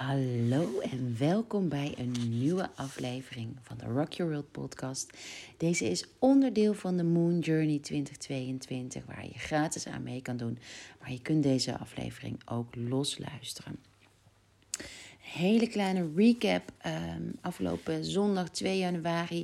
Hallo en welkom bij een nieuwe aflevering van de Rock Your World podcast. Deze is onderdeel van de Moon Journey 2022, waar je gratis aan mee kan doen. Maar je kunt deze aflevering ook losluisteren. Een hele kleine recap. Afgelopen zondag 2 januari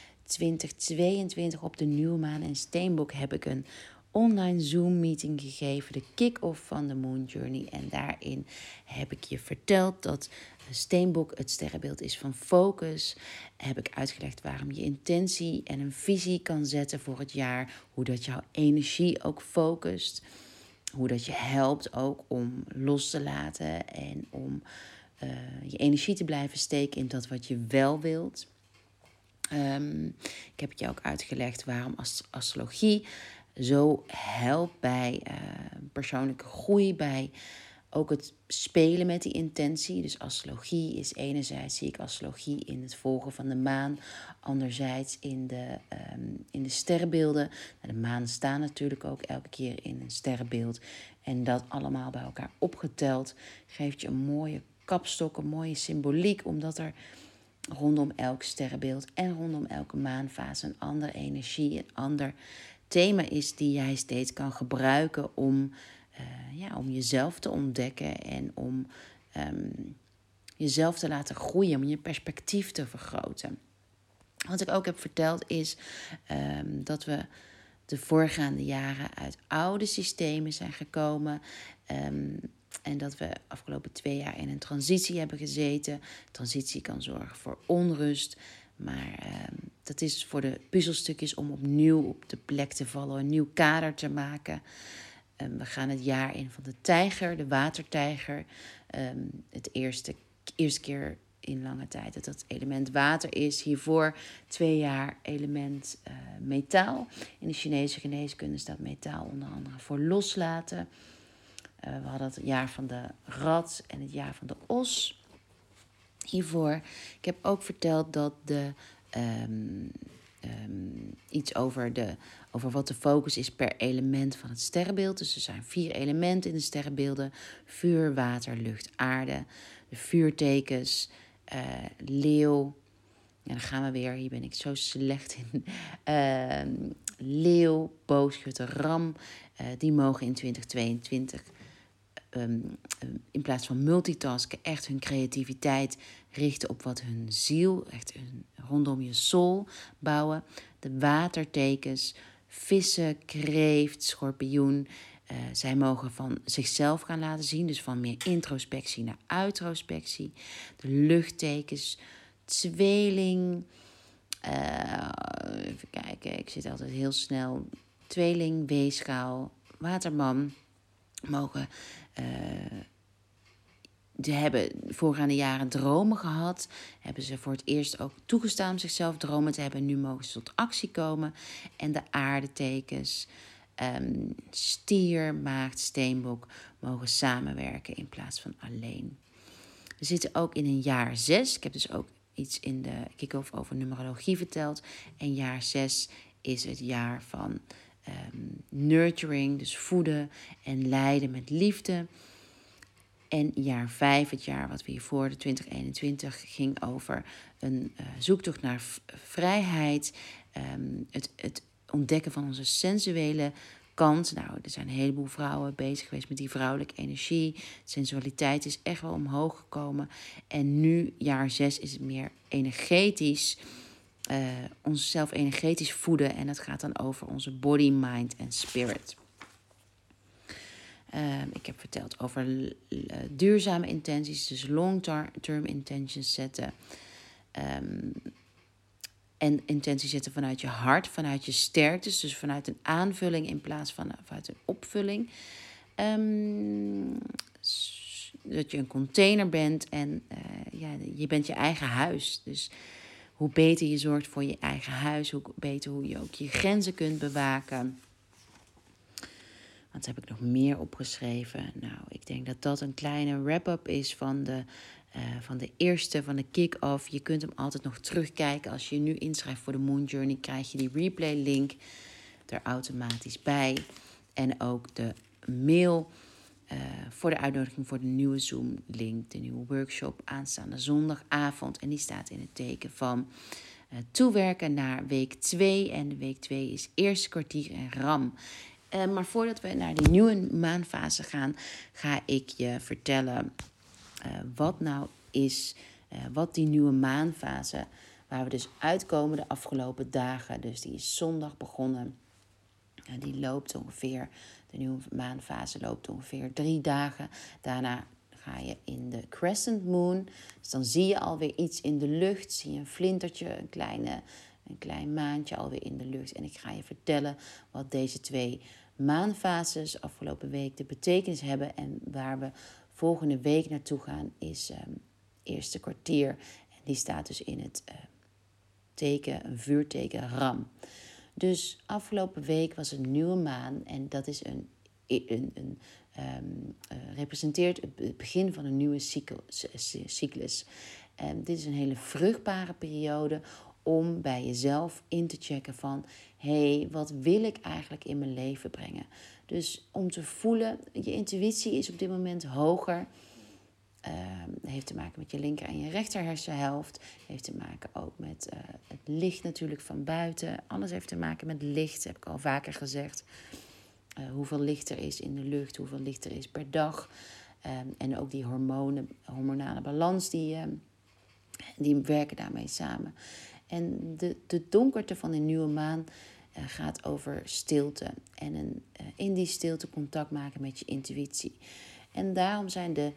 2022 op de nieuwe maan in Steenbok heb ik een online Zoom meeting gegeven, de kick-off van de Moon Journey. En daarin heb ik je verteld dat Steenbok het sterrenbeeld is van focus. Heb ik uitgelegd waarom je intentie en een visie kan zetten voor het jaar. Hoe dat jouw energie ook focust. Hoe dat je helpt ook om los te laten en om je energie te blijven steken in dat wat je wel wilt. Ik heb het je ook uitgelegd waarom astrologie zo helpt bij persoonlijke groei, bij ook het spelen met die intentie. Dus astrologie is enerzijds, zie ik astrologie in het volgen van de maan. Anderzijds in de sterrenbeelden. De maan staan natuurlijk ook elke keer in een sterrenbeeld. En dat allemaal bij elkaar opgeteld geeft je een mooie kapstok, een mooie symboliek. Omdat er rondom elk sterrenbeeld en rondom elke maanfase een andere energie, een ander thema is die jij steeds kan gebruiken om jezelf te ontdekken en om jezelf te laten groeien, om je perspectief te vergroten. Wat ik ook heb verteld is dat we de voorgaande jaren uit oude systemen zijn gekomen. En dat we afgelopen 2 jaar in een transitie hebben gezeten. Transitie kan zorgen voor onrust. Maar dat is voor de puzzelstukjes om opnieuw op de plek te vallen. Een nieuw kader te maken. We gaan het jaar in van de tijger, de watertijger. Het eerste keer in lange tijd dat het element water is. Hiervoor 2 jaar element metaal. In de Chinese geneeskunde staat metaal onder andere voor loslaten. We hadden het jaar van de rat en het jaar van de os hiervoor. Ik heb ook verteld dat iets over wat de focus is per element van het sterrenbeeld. Dus er zijn 4 elementen in de sterrenbeelden. Vuur, water, lucht, aarde. De vuurtekens, leeuw. Ja, dan gaan we weer. Hier ben ik zo slecht in. Leeuw, boogschutter, ram. Die mogen in 2022 in plaats van multitasken echt hun creativiteit richten op wat hun ziel, echt rondom je soul bouwen. De watertekens, vissen, kreeft, schorpioen. Zij mogen van zichzelf gaan laten zien, dus van meer introspectie naar utrospectie. De luchttekens, tweeling. Even kijken, ik zit altijd heel snel. Tweeling, weegschaal, waterman mogen. Ze hebben voorgaande jaren dromen gehad. Hebben ze voor het eerst ook toegestaan om zichzelf dromen te hebben. Nu mogen ze tot actie komen. En de aardetekens, stier, maagd, steenbok mogen samenwerken in plaats van alleen. We zitten ook in een jaar 6. Ik heb dus ook iets in de kick-off over numerologie verteld. En jaar 6 is het jaar van nurturing, dus voeden en leiden met liefde. En jaar 5, het jaar wat we hiervoor, de 2021, ging over een zoektocht naar vrijheid. Het ontdekken van onze sensuele kant. Nou, er zijn een heleboel vrouwen bezig geweest met die vrouwelijke energie. Sensualiteit is echt wel omhoog gekomen. En nu, jaar 6, is het meer energetisch. Onszelf energetisch voeden. En dat gaat dan over onze body, mind en spirit. Ik heb verteld over duurzame intenties, dus long-term intentions zetten. En intenties zetten vanuit je hart, vanuit je sterktes, dus vanuit een aanvulling in plaats van vanuit een opvulling. Dat je een container bent en je bent je eigen huis. Dus hoe beter je zorgt voor je eigen huis, hoe beter hoe je ook je grenzen kunt bewaken. Wat heb ik nog meer opgeschreven? Nou, ik denk dat dat een kleine wrap-up is van de eerste, van de kick-off. Je kunt hem altijd nog terugkijken. Als je nu inschrijft voor de Moon Journey, krijg je die replay-link er automatisch bij. En ook de mail voor de uitnodiging voor de nieuwe Zoom-link, de nieuwe workshop aanstaande zondagavond. En die staat in het teken van toewerken naar week 2. En de week 2 is eerste kwartier en RAM. Maar voordat we naar die nieuwe maanfase gaan, ga ik je vertellen wat nou is, wat die nieuwe maanfase, waar we dus uitkomen de afgelopen dagen. Dus die is zondag begonnen. Die loopt ongeveer, de nieuwe maanfase loopt ongeveer 3 dagen. Daarna ga je in de crescent moon. Dus dan zie je alweer iets in de lucht. Zie je een vlindertje, een klein maantje alweer in de lucht. En ik ga je vertellen wat deze 2 maanfases afgelopen week de betekenis hebben. En waar we volgende week naartoe gaan is eerste kwartier. En die staat dus in het een vuurteken Ram. Dus afgelopen week was een nieuwe maan en dat is representeert het begin van een nieuwe cyclus. Dit is een hele vruchtbare periode om bij jezelf in te checken van, wat wil ik eigenlijk in mijn leven brengen? Dus om te voelen, je intuïtie is op dit moment hoger. Dat heeft te maken met je linker en je rechter hersenhelft. Heeft te maken ook met het licht natuurlijk van buiten. Alles heeft te maken met licht, heb ik al vaker gezegd. Hoeveel licht er is in de lucht, hoeveel licht er is per dag. En ook die hormonale balans, die werken daarmee samen. En de donkerte van de nieuwe maan gaat over stilte. En in die stilte contact maken met je intuïtie. En daarom zijn de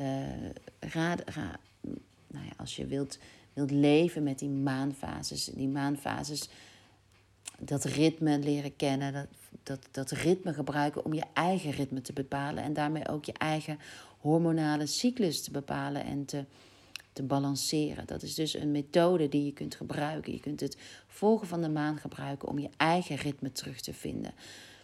als je wilt leven met die maanfases, dat ritme leren kennen, dat ritme gebruiken om je eigen ritme te bepalen en daarmee ook je eigen hormonale cyclus te bepalen en te balanceren. Dat is dus een methode die je kunt gebruiken. Je kunt het volgen van de maan gebruiken om je eigen ritme terug te vinden.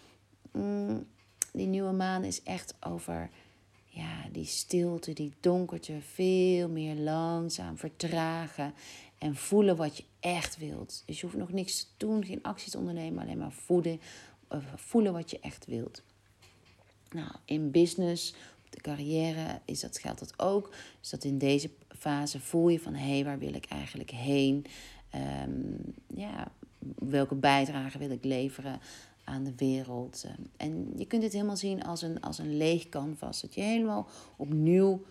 Die nieuwe maan is echt over die stilte, die donkerte, veel meer langzaam vertragen en voelen wat je echt wilt. Dus je hoeft nog niks te doen, geen actie te ondernemen, alleen maar voelen wat je echt wilt. Nou, in business, op de carrière geldt dat ook. Dus dat in deze fase voel je van, waar wil ik eigenlijk heen? Welke bijdrage wil ik leveren aan de wereld? En je kunt het helemaal zien als een leeg canvas. Dat je helemaal opnieuw,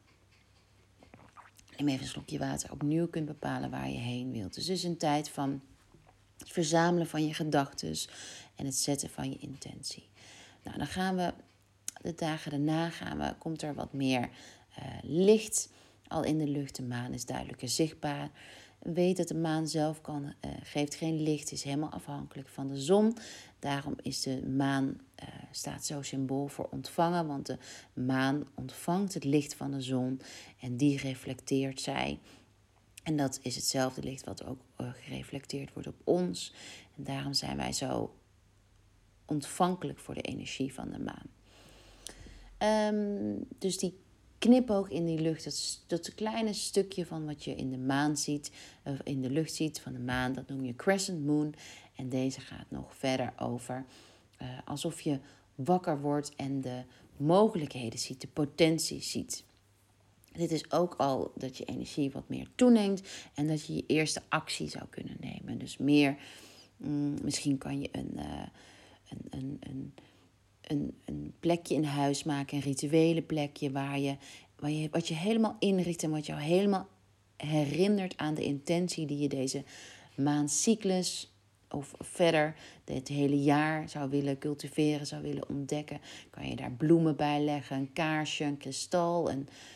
neem even een slokje water, opnieuw kunt bepalen waar je heen wilt. Dus het is een tijd van het verzamelen van je gedachten en het zetten van je intentie. Nou, dan gaan we de dagen daarna komt er wat meer licht al in de lucht. De maan is duidelijker zichtbaar. Weet dat de maan zelf geeft geen licht, is helemaal afhankelijk van de zon. Daarom is de maan staat zo symbool voor ontvangen, want de maan ontvangt het licht van de zon en die reflecteert zij. En dat is hetzelfde licht wat ook gereflecteerd wordt op ons. En daarom zijn wij zo ontvankelijk voor de energie van de maan. Dus die knipoog in die lucht, dat kleine stukje van wat je in de maan ziet, of in de lucht ziet van de maan, dat noem je crescent moon. En deze gaat nog verder over alsof je wakker wordt en de mogelijkheden ziet, de potentie ziet. Dit is ook al dat je energie wat meer toeneemt en dat je je eerste actie zou kunnen nemen. Dus meer, misschien kan je een plekje in huis maken, een rituele plekje wat je helemaal inricht en wat jou helemaal herinnert aan de intentie die je deze maandcyclus of verder het hele jaar zou willen cultiveren, zou willen ontdekken. Kan je daar bloemen bij leggen, een kaarsje, een kristal,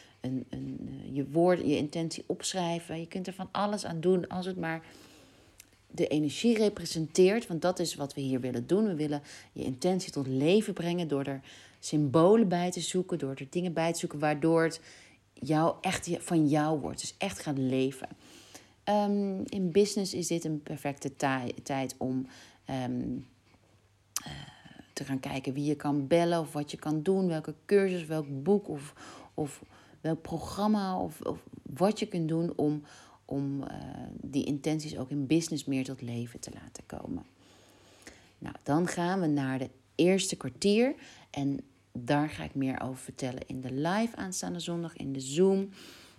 je intentie opschrijven. Je kunt er van alles aan doen als het maar de energie representeert, want dat is wat we hier willen doen. We willen je intentie tot leven brengen door er symbolen bij te zoeken, door er dingen bij te zoeken, waardoor het echt van jou wordt. Dus echt gaat leven. In business is dit een perfecte tijd om te gaan kijken wie je kan bellen of wat je kan doen, welke cursus, welk boek of welk programma of wat je kunt doen om die intenties ook in business meer tot leven te laten komen. Nou, dan gaan we naar de eerste kwartier. En Daar ga ik meer over vertellen in de live aanstaande zondag in de Zoom.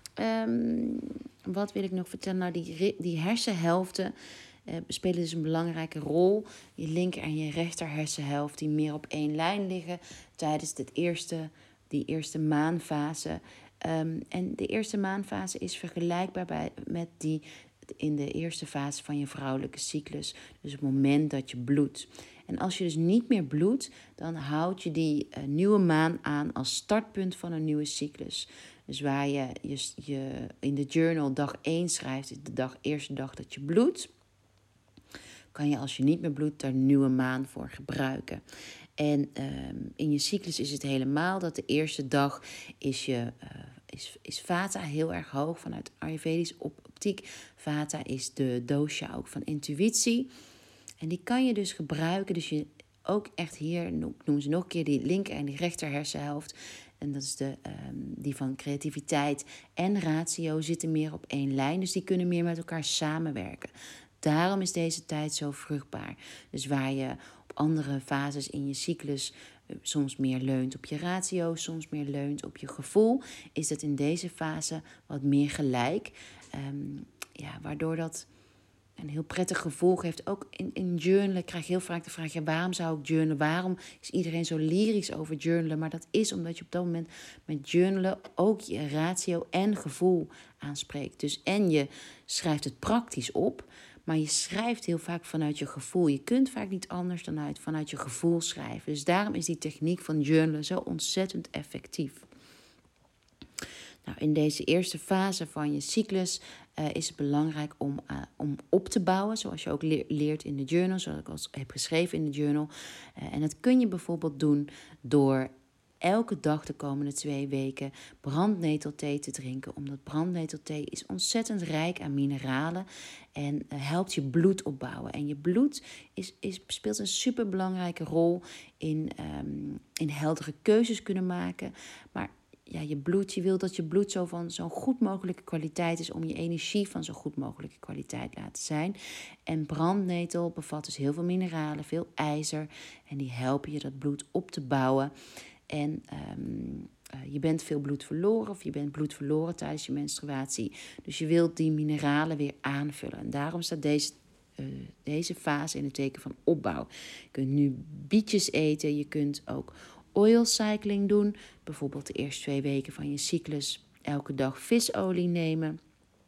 Wat wil ik nog vertellen? Nou, die hersenhelften spelen dus een belangrijke rol. Je linker en je rechter hersenhelft die meer op één lijn liggen tijdens die eerste maanfase. En de eerste maanfase is vergelijkbaar met die in de eerste fase van je vrouwelijke cyclus. Dus het moment dat je bloedt. En als je dus niet meer bloedt, dan houd je die nieuwe maan aan als startpunt van een nieuwe cyclus. Dus waar je in de journal dag 1 schrijft, is de eerste dag dat je bloedt. Kan je als je niet meer bloedt daar een nieuwe maan voor gebruiken. En in je cyclus is het helemaal dat de eerste dag is Vata heel erg hoog vanuit Ayurvedisch optiek. Vata is de dosha ook van intuïtie. En die kan je dus gebruiken. Dus je ook echt hier, noemen ze nog een keer die linker en die rechter hersenhelft. En dat is die van creativiteit en ratio zitten meer op één lijn. Dus die kunnen meer met elkaar samenwerken. Daarom is deze tijd zo vruchtbaar. Dus waar je op andere fases in je cyclus soms meer leunt op je ratio, soms meer leunt op je gevoel, is dat in deze fase wat meer gelijk. Waardoor dat een heel prettig gevoel geeft. Ook in journalen krijg je heel vaak de vraag, waarom zou ik journalen? Waarom is iedereen zo lyrisch over journalen? Maar dat is omdat je op dat moment met journalen ook je ratio en gevoel aanspreekt. Dus en je schrijft het praktisch op, maar je schrijft heel vaak vanuit je gevoel. Je kunt vaak niet anders dan vanuit je gevoel schrijven. Dus daarom is die techniek van journalen zo ontzettend effectief. Nou, in deze eerste fase van je cyclus is het belangrijk om op te bouwen. Zoals je ook leert in de journal, zoals ik al heb geschreven in de journal. En dat kun je bijvoorbeeld doen door elke dag de komende 2 weken brandnetelthee te drinken. Omdat brandnetelthee is ontzettend rijk aan mineralen en helpt je bloed opbouwen. En je bloed speelt een superbelangrijke rol in heldere keuzes kunnen maken. Maar ja, je wil dat je bloed van zo'n goed mogelijke kwaliteit is om je energie van zo goed mogelijke kwaliteit te laten zijn. En brandnetel bevat dus heel veel mineralen, veel ijzer en die helpen je dat bloed op te bouwen. En je bent veel bloed verloren of je bent bloed verloren tijdens je menstruatie. Dus je wilt die mineralen weer aanvullen. En daarom staat deze fase in het teken van opbouw. Je kunt nu bietjes eten, je kunt ook oil cycling doen. Bijvoorbeeld de eerste 2 weken van je cyclus elke dag visolie nemen.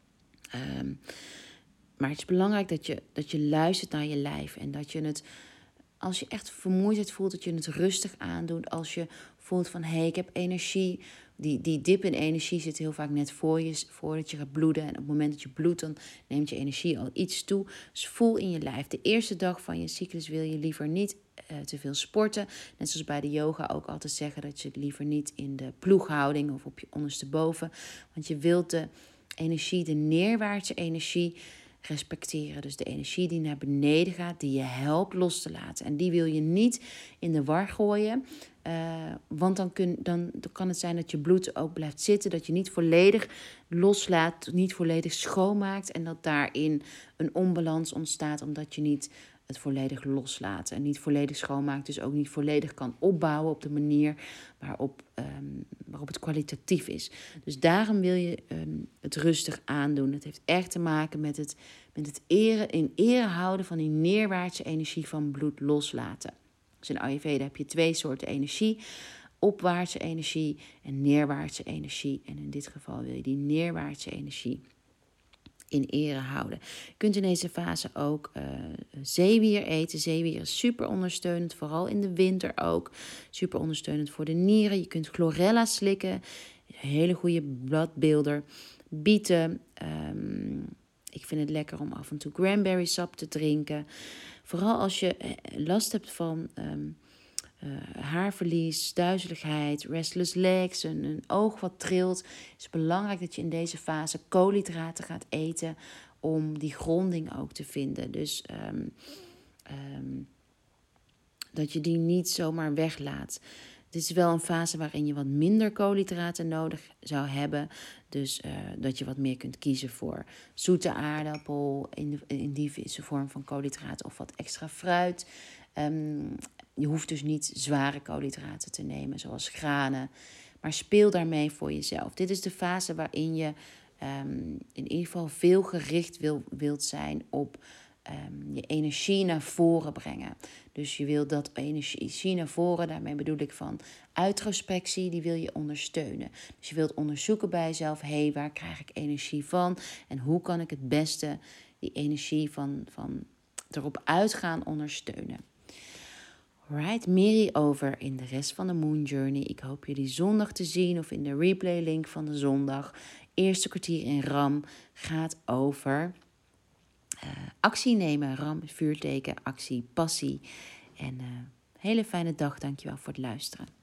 Maar het is belangrijk dat je luistert naar je lijf. En dat je het, als je echt vermoeidheid voelt, dat je het rustig aandoet. Als je voelt van, ik heb energie. Die dip in energie zit heel vaak net voordat je gaat bloeden. En op het moment dat je bloedt, dan neemt je energie al iets toe. Dus voel in je lijf. De eerste dag van je cyclus wil je liever niet te veel sporten. Net zoals bij de yoga ook altijd zeggen dat je het liever niet in de ploeghouding of op je ondersteboven. Want je wilt de neerwaartse energie respecteren. Dus de energie die naar beneden gaat, die je helpt los te laten. En die wil je niet in de war gooien. Want dan kan het zijn dat je bloed ook blijft zitten. Dat je niet volledig loslaat, niet volledig schoonmaakt. En dat daarin een onbalans ontstaat omdat je niet het volledig loslaat. En niet volledig schoonmaakt. Dus ook niet volledig kan opbouwen op de manier waarop het kwalitatief is. Dus daarom wil je het rustig aandoen. Het heeft echt te maken met het in ere houden van die neerwaartse energie van bloed loslaten. Dus in Ayurveda heb je 2 soorten energie. Opwaartse energie en neerwaartse energie. En in dit geval wil je die neerwaartse energie in ere houden. Je kunt in deze fase ook zeewier eten. Zeewier is super ondersteunend, vooral in de winter ook. Super ondersteunend voor de nieren. Je kunt chlorella slikken. Een hele goede bladbeelder. Bieten. Ik vind het lekker om af en toe cranberry sap te drinken. Vooral als je last hebt van haarverlies, duizeligheid, restless legs, een oog wat trilt. Het is belangrijk dat je in deze fase koolhydraten gaat eten om die gronding ook te vinden. Dus dat je die niet zomaar weglaat. Dit is wel een fase waarin je wat minder koolhydraten nodig zou hebben. Dus dat je wat meer kunt kiezen voor zoete aardappel in die vorm van koolhydraten of wat extra fruit. je hoeft dus niet zware koolhydraten te nemen, zoals granen. Maar speel daarmee voor jezelf. Dit is de fase waarin je in ieder geval veel gericht wilt zijn op je energie naar voren brengen. Dus je wilt dat energie naar voren, daarmee bedoel ik van introspectie, die wil je ondersteunen. Dus je wilt onderzoeken bij jezelf, waar krijg ik energie van? En hoe kan ik het beste die energie van erop uitgaan ondersteunen? Alright, meer hierover in de rest van de Moon Journey. Ik hoop jullie zondag te zien of in de replay link van de zondag. Eerste kwartier in Ram gaat over actie nemen. Ram, vuurteken, actie, passie. En hele fijne dag. Dankjewel voor het luisteren.